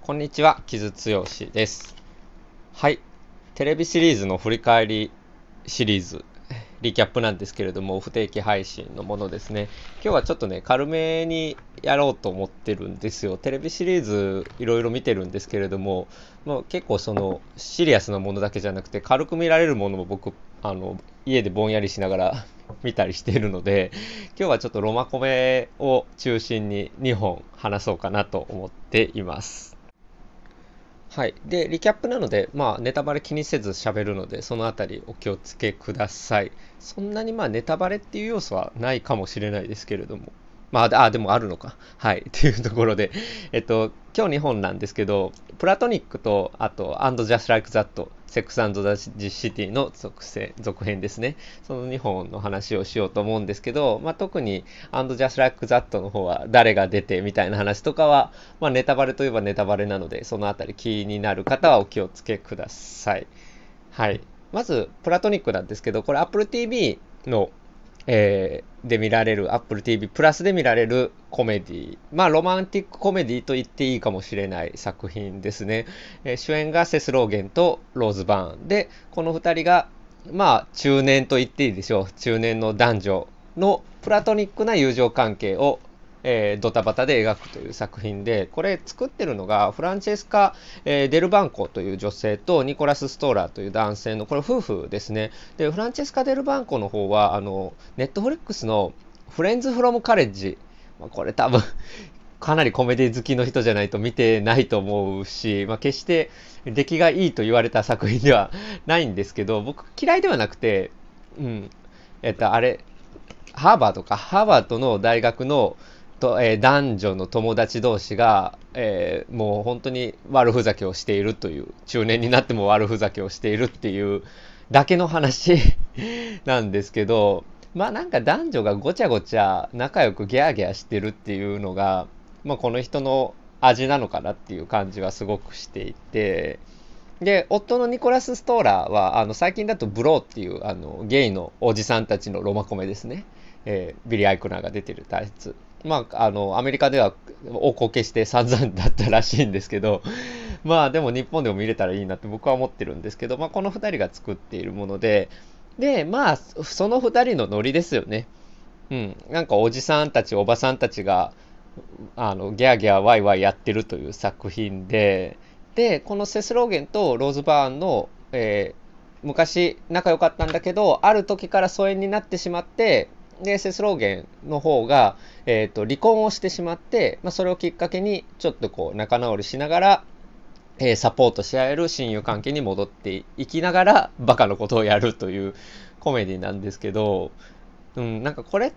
こんにちは、木津剛です。はい、テレビシリーズの振り返りシリーズ、リキャップなんですけれども、不定期配信のものですね。今日はちょっとね、軽めにやろうと思ってるんですよ。テレビシリーズいろいろ見てるんですけれども、結構そのシリアスなものだけじゃなくて、軽く見られるものも僕、家でぼんやりしながら見たりしているので、今日はちょっとロマコメを中心に2本話そうかなと思っています。はい。で、リキャップなので、ネタバレ気にせず喋るので、そのあたりお気をつけください。そんなにネタバレっていう要素はないかもしれないですけれども。でもあるのか。はい。っていうところで、今日2本なんですけど、プラトニックと、あと、アンドジャスライクザット、セックスザ・シティの続編ですね。その2本の話をしようと思うんですけど、特に、アンドジャスライクザットの方は誰が出てみたいな話とかは、ネタバレといえばネタバレなので、そのあたり気になる方はお気をつけください。はい。まず、プラトニックなんですけど、これ Apple TV ので見られる Apple TV プラスで見られるコメディ、ロマンティックコメディと言っていいかもしれない作品ですね。主演がセスローゲンとローズ・バーンで、この2人が中年と言っていいでしょう。中年の男女のプラトニックな友情関係をドタバタで描くという作品で、これ作ってるのがフランチェスカ、デルバンコという女性とニコラス・ストーラーという男性のこれ夫婦ですね。でフランチェスカ・デルバンコの方はネットフリックスのフレンズ・フロム・カレッジ、これ多分かなりコメディ好きの人じゃないと見てないと思うし、決して出来がいいと言われた作品ではないんですけど、僕嫌いではなくて、うん、あれハーバードの大学の男女の友達同士が、もう本当に悪ふざけをしているという、中年になっても悪ふざけをしているっていうだけの話なんですけど、なんか男女がごちゃごちゃ仲良くギャーギャーしてるっていうのが、この人の味なのかなっていう感じはすごくしていて、で、夫のニコラス・ストーラーは、最近だとブローっていう、ゲイのおじさんたちのロマコメですね。ビリー・アイクナーが出てるタイツ。アメリカでは大こけして散々だったらしいんですけど、でも日本でも見れたらいいなって僕は思ってるんですけど、この二人が作っているもので、で、その二人のノリですよね。うん。なんかおじさんたち、おばさんたちが、ギャーギャーワイワイやってるという作品で、で、このセスローゲンとローズバーンの、昔仲良かったんだけど、ある時から疎遠になってしまって、で、セスローゲンの方が、離婚をしてしまって、それをきっかけに、ちょっとこう、仲直りしながら、サポートし合える親友関係に戻っていきながら、バカのことをやるというコメディなんですけど、なんかこれって、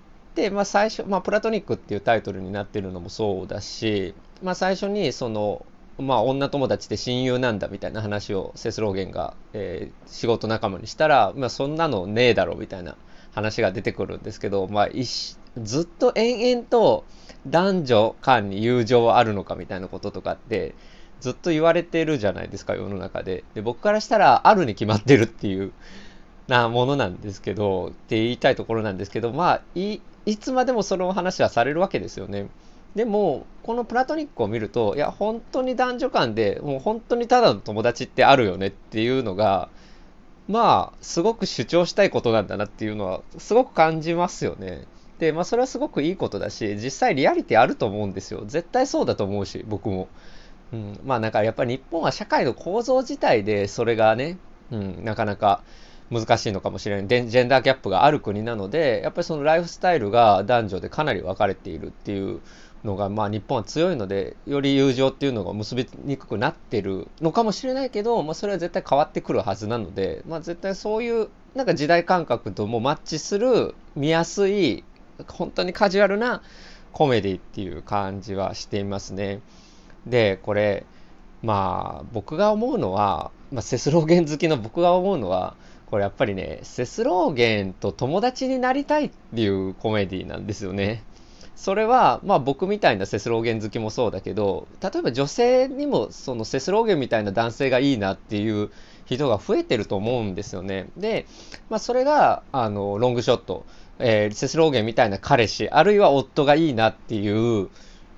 最初、プラトニックっていうタイトルになってるのもそうだし、最初にその、女友達って親友なんだみたいな話をセスローゲンが、仕事仲間にしたら、そんなのねえだろみたいな話が出てくるんですけど、ずっと延々と男女間に友情あるのかみたいなこととかってずっと言われてるじゃないですか、世の中で。で、僕からしたらあるに決まってるっていうなものなんですけど、って言いたいところなんですけど、いつまでもその話はされるわけですよね。でも、このプラトニックを見ると、いや、本当に男女間で、もう本当にただの友達ってあるよねっていうのが、すごく主張したいことなんだなっていうのは、すごく感じますよね。で、それはすごくいいことだし、実際リアリティあると思うんですよ。絶対そうだと思うし、僕も。なんかやっぱり日本は社会の構造自体でそれがね、なかなか難しいのかもしれない。ジェンダーギャップがある国なので、やっぱりそのライフスタイルが男女でかなり分かれているっていうのが、日本は強いので、より友情っていうのが結びにくくなってるのかもしれないけど、それは絶対変わってくるはずなので、絶対そういうなんか時代感覚ともマッチする見やすい、本当にカジュアルなコメディっていう感じはしていますね。で、これ、僕が思うのは、セスローゲン好きの僕が思うのは、これやっぱりね、セスローゲンと友達になりたいっていうコメディなんですよね。それは、僕みたいなセスローゲン好きもそうだけど、例えば女性にもそのセスローゲンみたいな男性がいいなっていう人が増えてると思うんですよね。で、それが、ロングショット、セスローゲンみたいな彼氏、あるいは夫がいいなっていう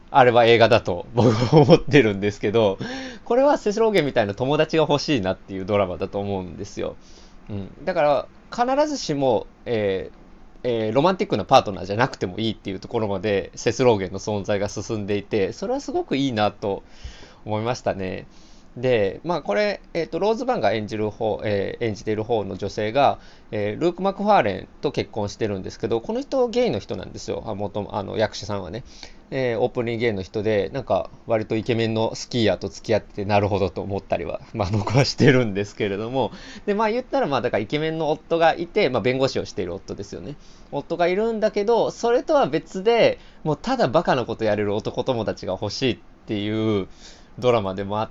あれは映画だと僕は思ってるんですけど、これはセスローゲンみたいな友達が欲しいなっていうドラマだと思うんですよ。うん。だから、必ずしも、ロマンティックなパートナーじゃなくてもいいっていうところまでセスローゲンの存在が進んでいて、それはすごくいいなと思いましたね。で、まあこれ、ローズ・バンが演じている方の女性が、ルーク・マクファーレンと結婚してるんですけど、この人ゲイの人なんですよ。役者さんはね。オープンにゲイの人で、なんか割とイケメンのスキーヤーと付き合ってなるほどと思ったりは、まあ僕はしてるんですけれども、で、まあ言ったらまあだからイケメンの夫がいて、まあ弁護士をしている夫ですよね。夫がいるんだけど、それとは別で、もうただバカなことやれる男友達が欲しいっていうドラマでもあって、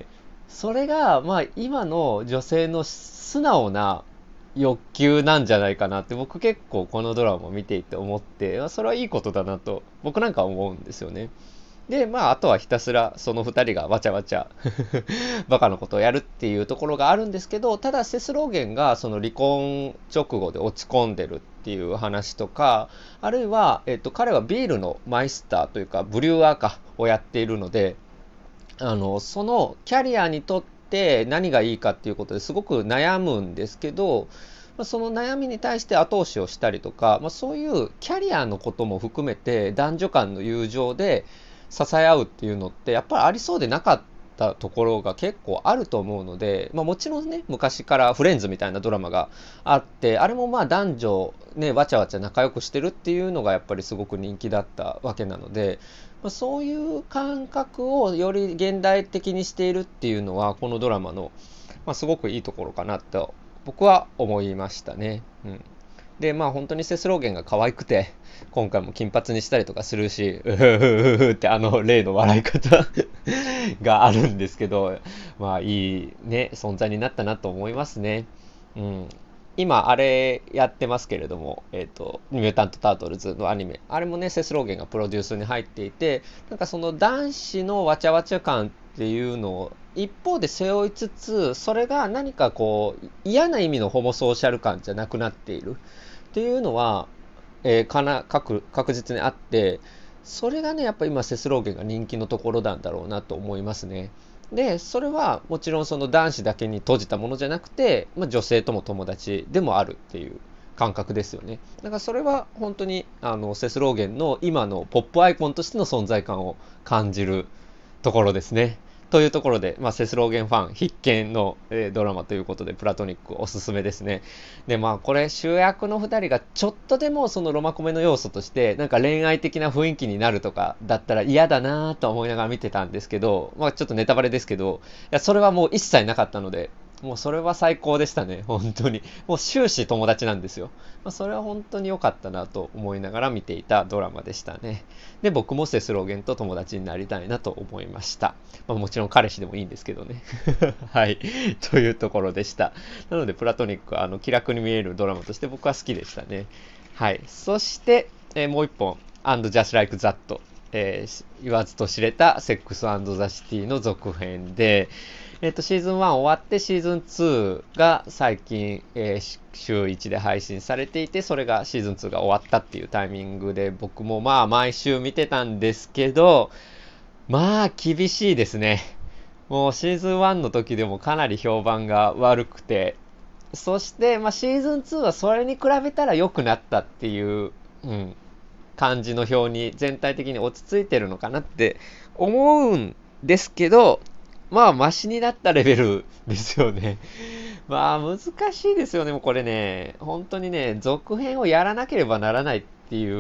それが、まあ、今の女性の素直な欲求なんじゃないかなって、僕結構このドラマを見ていて思って、それはいいことだなと、僕なんか思うんですよね。で、まあ、あとはひたすらその二人がわちゃわちゃバカなことをやるっていうところがあるんですけど、ただセスローゲンがその離婚直後で落ち込んでるっていう話とか、あるいは、彼はビールのマイスターというか、ブリュワーかをやっているので、そのキャリアにとって何がいいかっていうことですごく悩むんですけど、その悩みに対して後押しをしたりとか、そういうキャリアのことも含めて男女間の友情で支え合うっていうのってやっぱりありそうでなかったところが結構あると思うので、もちろんね、昔からフレンズみたいなドラマがあって、あれもまあ男女ね、わちゃわちゃ仲良くしてるっていうのがやっぱりすごく人気だったわけなので、そういう感覚をより現代的にしているっていうのはこのドラマの、すごくいいところかなと僕は思いましたね。うん。で、まあ本当にセスローゲンが可愛くて、今回も金髪にしたりとかするし、うふふふって例の笑い方があるんですけど、まあいいね、存在になったなと思いますね。うん。今、あれやってますけれども、ミュータント・タートルズのアニメ。あれもね、セスローゲンがプロデュースに入っていて、なんかその男子のわちゃわちゃ感っていうのを一方で背負いつつ、それが何かこう、嫌な意味のホモソーシャル感じゃなくなっているっていうのは、確実にあって、それがね、やっぱ今セスローゲンが人気のところなんだろうなと思いますね。で、それはもちろんその男子だけに閉じたものじゃなくて、女性とも友達でもあるっていう感覚ですよね。だからそれは本当にセスローゲンの今のポップアイコンとしての存在感を感じるところですね。というところで、セスローゲンファン必見の、ドラマということで、プラトニックおすすめですね。で、これ主役の二人がちょっとでもそのロマコメの要素として、なんか恋愛的な雰囲気になるとかだったら嫌だなぁと思いながら見てたんですけど、ちょっとネタバレですけど、いや、それはもう一切なかったので、もうそれは最高でしたね、本当に。もう終始友達なんですよ。それは本当に良かったなと思いながら見ていたドラマでしたね。で、僕もセスローゲンと友達になりたいなと思いました。もちろん彼氏でもいいんですけどね。はい。というところでした。なので、プラトニックは気楽に見えるドラマとして僕は好きでしたね。はい。そして、もう一本、And Just Like That、言わずと知れたセックスザ・シティの続編で、シーズン1終わってシーズン2が最近、週1で配信されていて、それがシーズン2が終わったっていうタイミングで、僕も毎週見てたんですけど、厳しいですね。もうシーズン1の時でもかなり評判が悪くて、そして、シーズン2はそれに比べたら良くなったっていう、感じの表に全体的に落ち着いてるのかなって思うんですけど、マシになったレベルですよね。難しいですよね、もうこれね。本当にね、続編をやらなければならないっていう、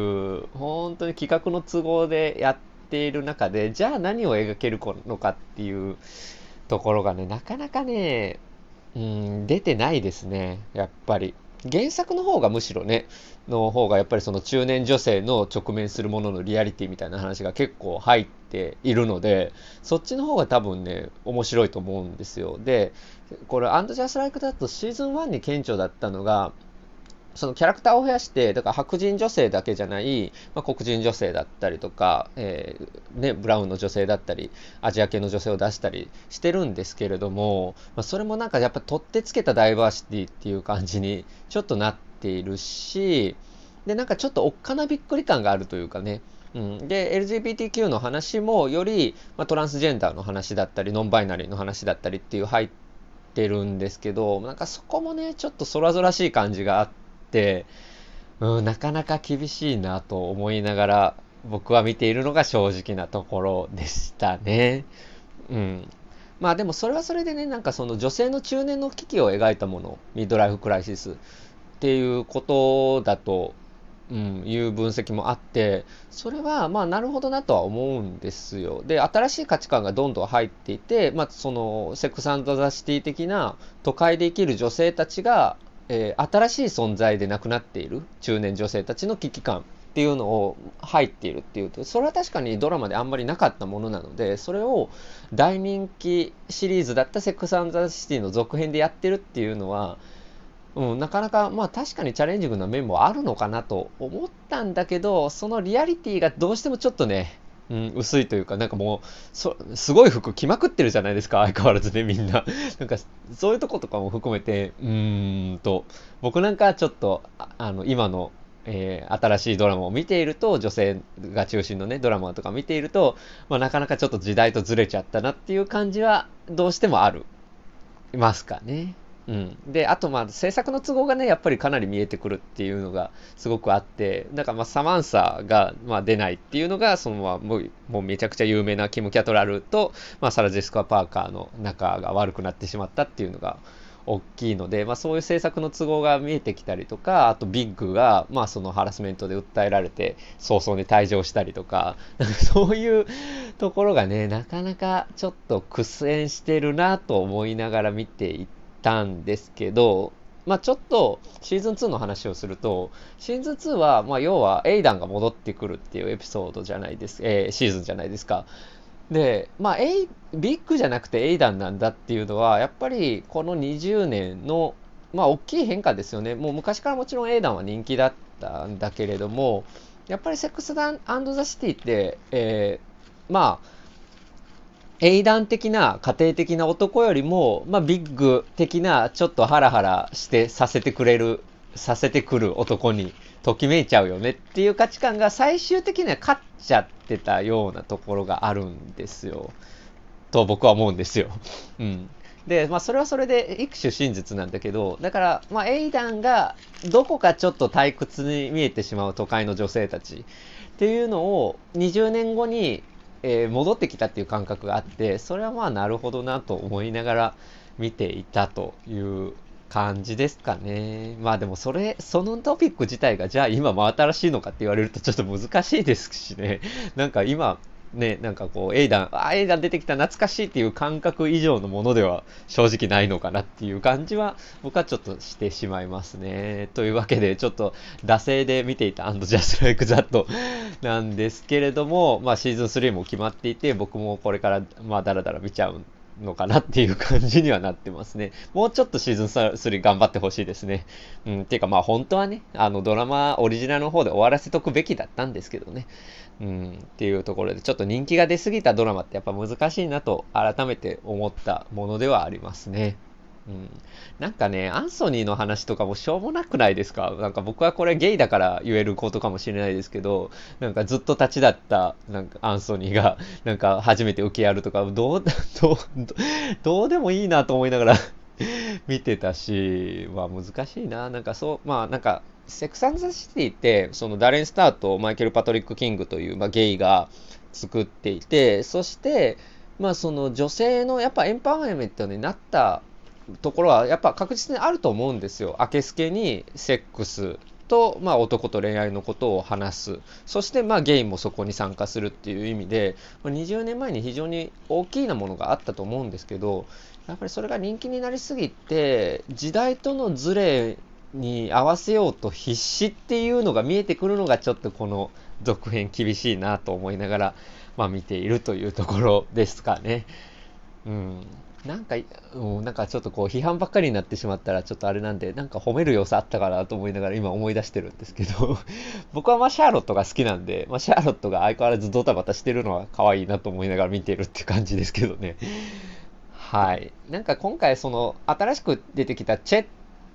本当に企画の都合でやっている中で、じゃあ何を描けるのかっていうところがね、なかなかね、出てないですね、やっぱり。原作の方がむしろね、の方がやっぱりその中年女性の直面するもののリアリティみたいな話が結構入っているので、そっちの方が多分ね、面白いと思うんですよ。で、これ、And Just Like Thatシーズン1に顕著だったのが、そのキャラクターを増やして、だから白人女性だけじゃない、黒人女性だったりとか、ブラウンの女性だったり、アジア系の女性を出したりしてるんですけれども、それもなんかやっぱ取ってつけたダイバーシティっていう感じにちょっとなっているし、で、なんかちょっとおっかなびっくり感があるというかね、 で、LGBTQ の話もより、トランスジェンダーの話だったり、ノンバイナリーの話だったりっていう入ってるんですけど、なんかそこもね、ちょっと空々しい感じがあって、なかなか厳しいなと思いながら、僕は見ているのが正直なところでしたね。うん。まあでもそれはそれでね、なんかその女性の中年の危機を描いたもの、ミッドライフクライシスっていうことだと、いう分析もあって、それはまあなるほどなとは思うんですよ。で、新しい価値観がどんどん入っていて、そのセックスザ・シティ的な都会で生きる女性たちが、新しい存在でなくなっている中年女性たちの危機感っていうのを入っているっていうと、それは確かにドラマであんまりなかったものなので、それを大人気シリーズだったセックスザ・シティの続編でやってるっていうのは、なかなか、確かにチャレンジングな面もあるのかなと思ったんだけど、そのリアリティがどうしてもちょっとね、薄いというか、なんかもう、すごい服着まくってるじゃないですか、相変わらずね、みんな。なんか、そういうとことかも含めて、僕なんかちょっと、今の、新しいドラマを見ていると、女性が中心のね、ドラマとか見ていると、なかなかちょっと時代とずれちゃったなっていう感じは、どうしてもいますかね。で、あと制作の都合がね、やっぱりかなり見えてくるっていうのがすごくあって、だからサマンサが出ないっていうのが、そのもうめちゃくちゃ有名なキム・キャトラルと、サラ・ジェシカ・パーカーの仲が悪くなってしまったっていうのが大きいので、そういう制作の都合が見えてきたりとか、あとビッグが、そのハラスメントで訴えられて早々に退場したりとか、なんかそういうところがね、なかなかちょっと苦戦してるなと思いながら見ていたんですけど、ちょっとシーズン2の話をすると、シーズン2は、要はエイダンが戻ってくるっていうエピソードじゃないです、シーズンじゃないですか。で、ビッグじゃなくてエイダンなんだっていうのは、やっぱりこの20年の、大きい変化ですよね。もう昔からもちろんエイダンは人気だったんだけれども、やっぱりセックスザ・シティって、エイダン的な家庭的な男よりも、ビッグ的なちょっとハラハラしてさせてくる男にときめいちゃうよねっていう価値観が最終的には勝っちゃってたようなところがあるんですよ。と僕は思うんですよ。で、それはそれで一種真実なんだけど、だから、エイダンがどこかちょっと退屈に見えてしまう都会の女性たちっていうのを20年後に戻ってきたっていう感覚があって、それはなるほどなと思いながら見ていたという感じですかね。でもそのトピック自体がじゃあ今も新しいのかって言われるとちょっと難しいですしね。なんか今、ね、なんかこう、エイダン出てきた懐かしいっていう感覚以上のものでは正直ないのかなっていう感じは僕はちょっとしてしまいますね。というわけで、ちょっと惰性で見ていたJust Like That なんですけれども、シーズン3も決まっていて、僕もこれからダラダラ見ちゃうのかなっていう感じにはなってますね。もうちょっとシーズン3頑張ってほしいですね。っていうか本当はね、ドラマオリジナルの方で終わらせとくべきだったんですけどね。っていうところで、ちょっと人気が出すぎたドラマってやっぱ難しいなと改めて思ったものではありますね。なんかね、アンソニーの話とかもしょうもなくないですか？なんか僕はこれゲイだから言えることかもしれないですけど、なんかずっと立ちだったなんかアンソニーがなんか初めて受けやるとか、どうでもいいなと思いながら見てたし、難しいな。なんかなんか、セックス・ザ・シティって、そのダレン・スターとマイケル・パトリック・キングという、ゲイが作っていて、そして、その女性のやっぱエンパワーメントになったところはやっぱ確実にあると思うんですよ。あけすけにセックスと、男と恋愛のことを話す。そして、ゲイもそこに参加するっていう意味で、20年前に非常に大きなものがあったと思うんですけど、やっぱりそれが人気になりすぎて、時代とのズレに合わせようと必死っていうのが見えてくるのがちょっとこの続編厳しいなと思いながら、見ているというところですかね。なんか、なんかちょっとこう批判ばっかりになってしまったらちょっとあれなんで、なんか褒める要素あったかなと思いながら今思い出してるんですけど僕はシャーロットが好きなんで、シャーロットが相変わらずドタバタしてるのは可愛いなと思いながら見てるって感じですけどね。はい。なんか今回その新しく出てきたチェ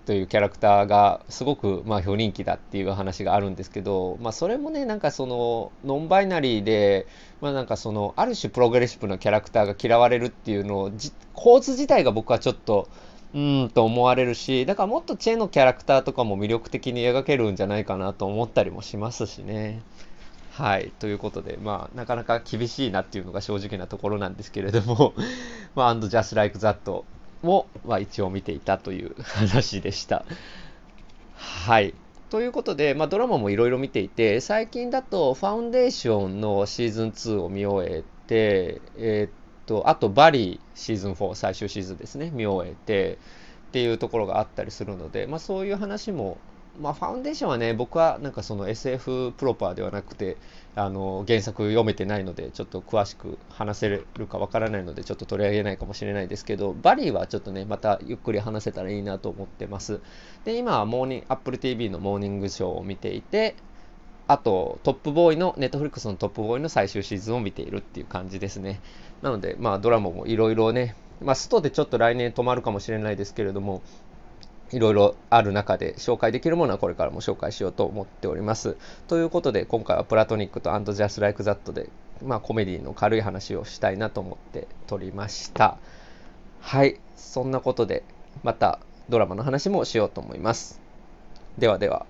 というキャラクターがすごくまあ不人気だっていう話があるんですけど、まあそれもね、なんかそのノンバイナリーで、まあなんかそのある種プログレッシブなキャラクターが嫌われるっていうのを構図自体が僕はちょっとと思われるし、だからもっとチェのキャラクターとかも魅力的に描けるんじゃないかなと思ったりもしますしね。はい。ということで、まあ、なかなか厳しいなっていうのが正直なところなんですけれども、まあ、And Just Like That も、まあ、一応見ていたという話でした。はい。ということで、まあ、ドラマもいろいろ見ていて、最近だと、ファウンデーションのシーズン2を見終えて、あと、バリーシーズン4、最終シーズンですね、見終えて、っていうところがあったりするので、まあ、そういう話も、まあ、ファウンデーションはね、僕はなんかその SF プロパーではなくて、原作読めてないので、ちょっと詳しく話せるかわからないので、ちょっと取り上げないかもしれないですけど、バリーはちょっとね、またゆっくり話せたらいいなと思ってます。で、今はApple TV のモーニングショーを見ていて、あと、トップボーイの、ネットフリックスのトップボーイの最終シーズンを見ているっていう感じですね。なので、まあ、ドラマもいろいろね、まあ、ストでちょっと来年止まるかもしれないですけれども、いろいろある中で紹介できるものはこれからも紹介しようと思っております。ということで、今回はプラトニックとAnd Just Like That で、まあ、コメディの軽い話をしたいなと思って撮りました。はい、そんなことで、またドラマの話もしようと思います。ではでは。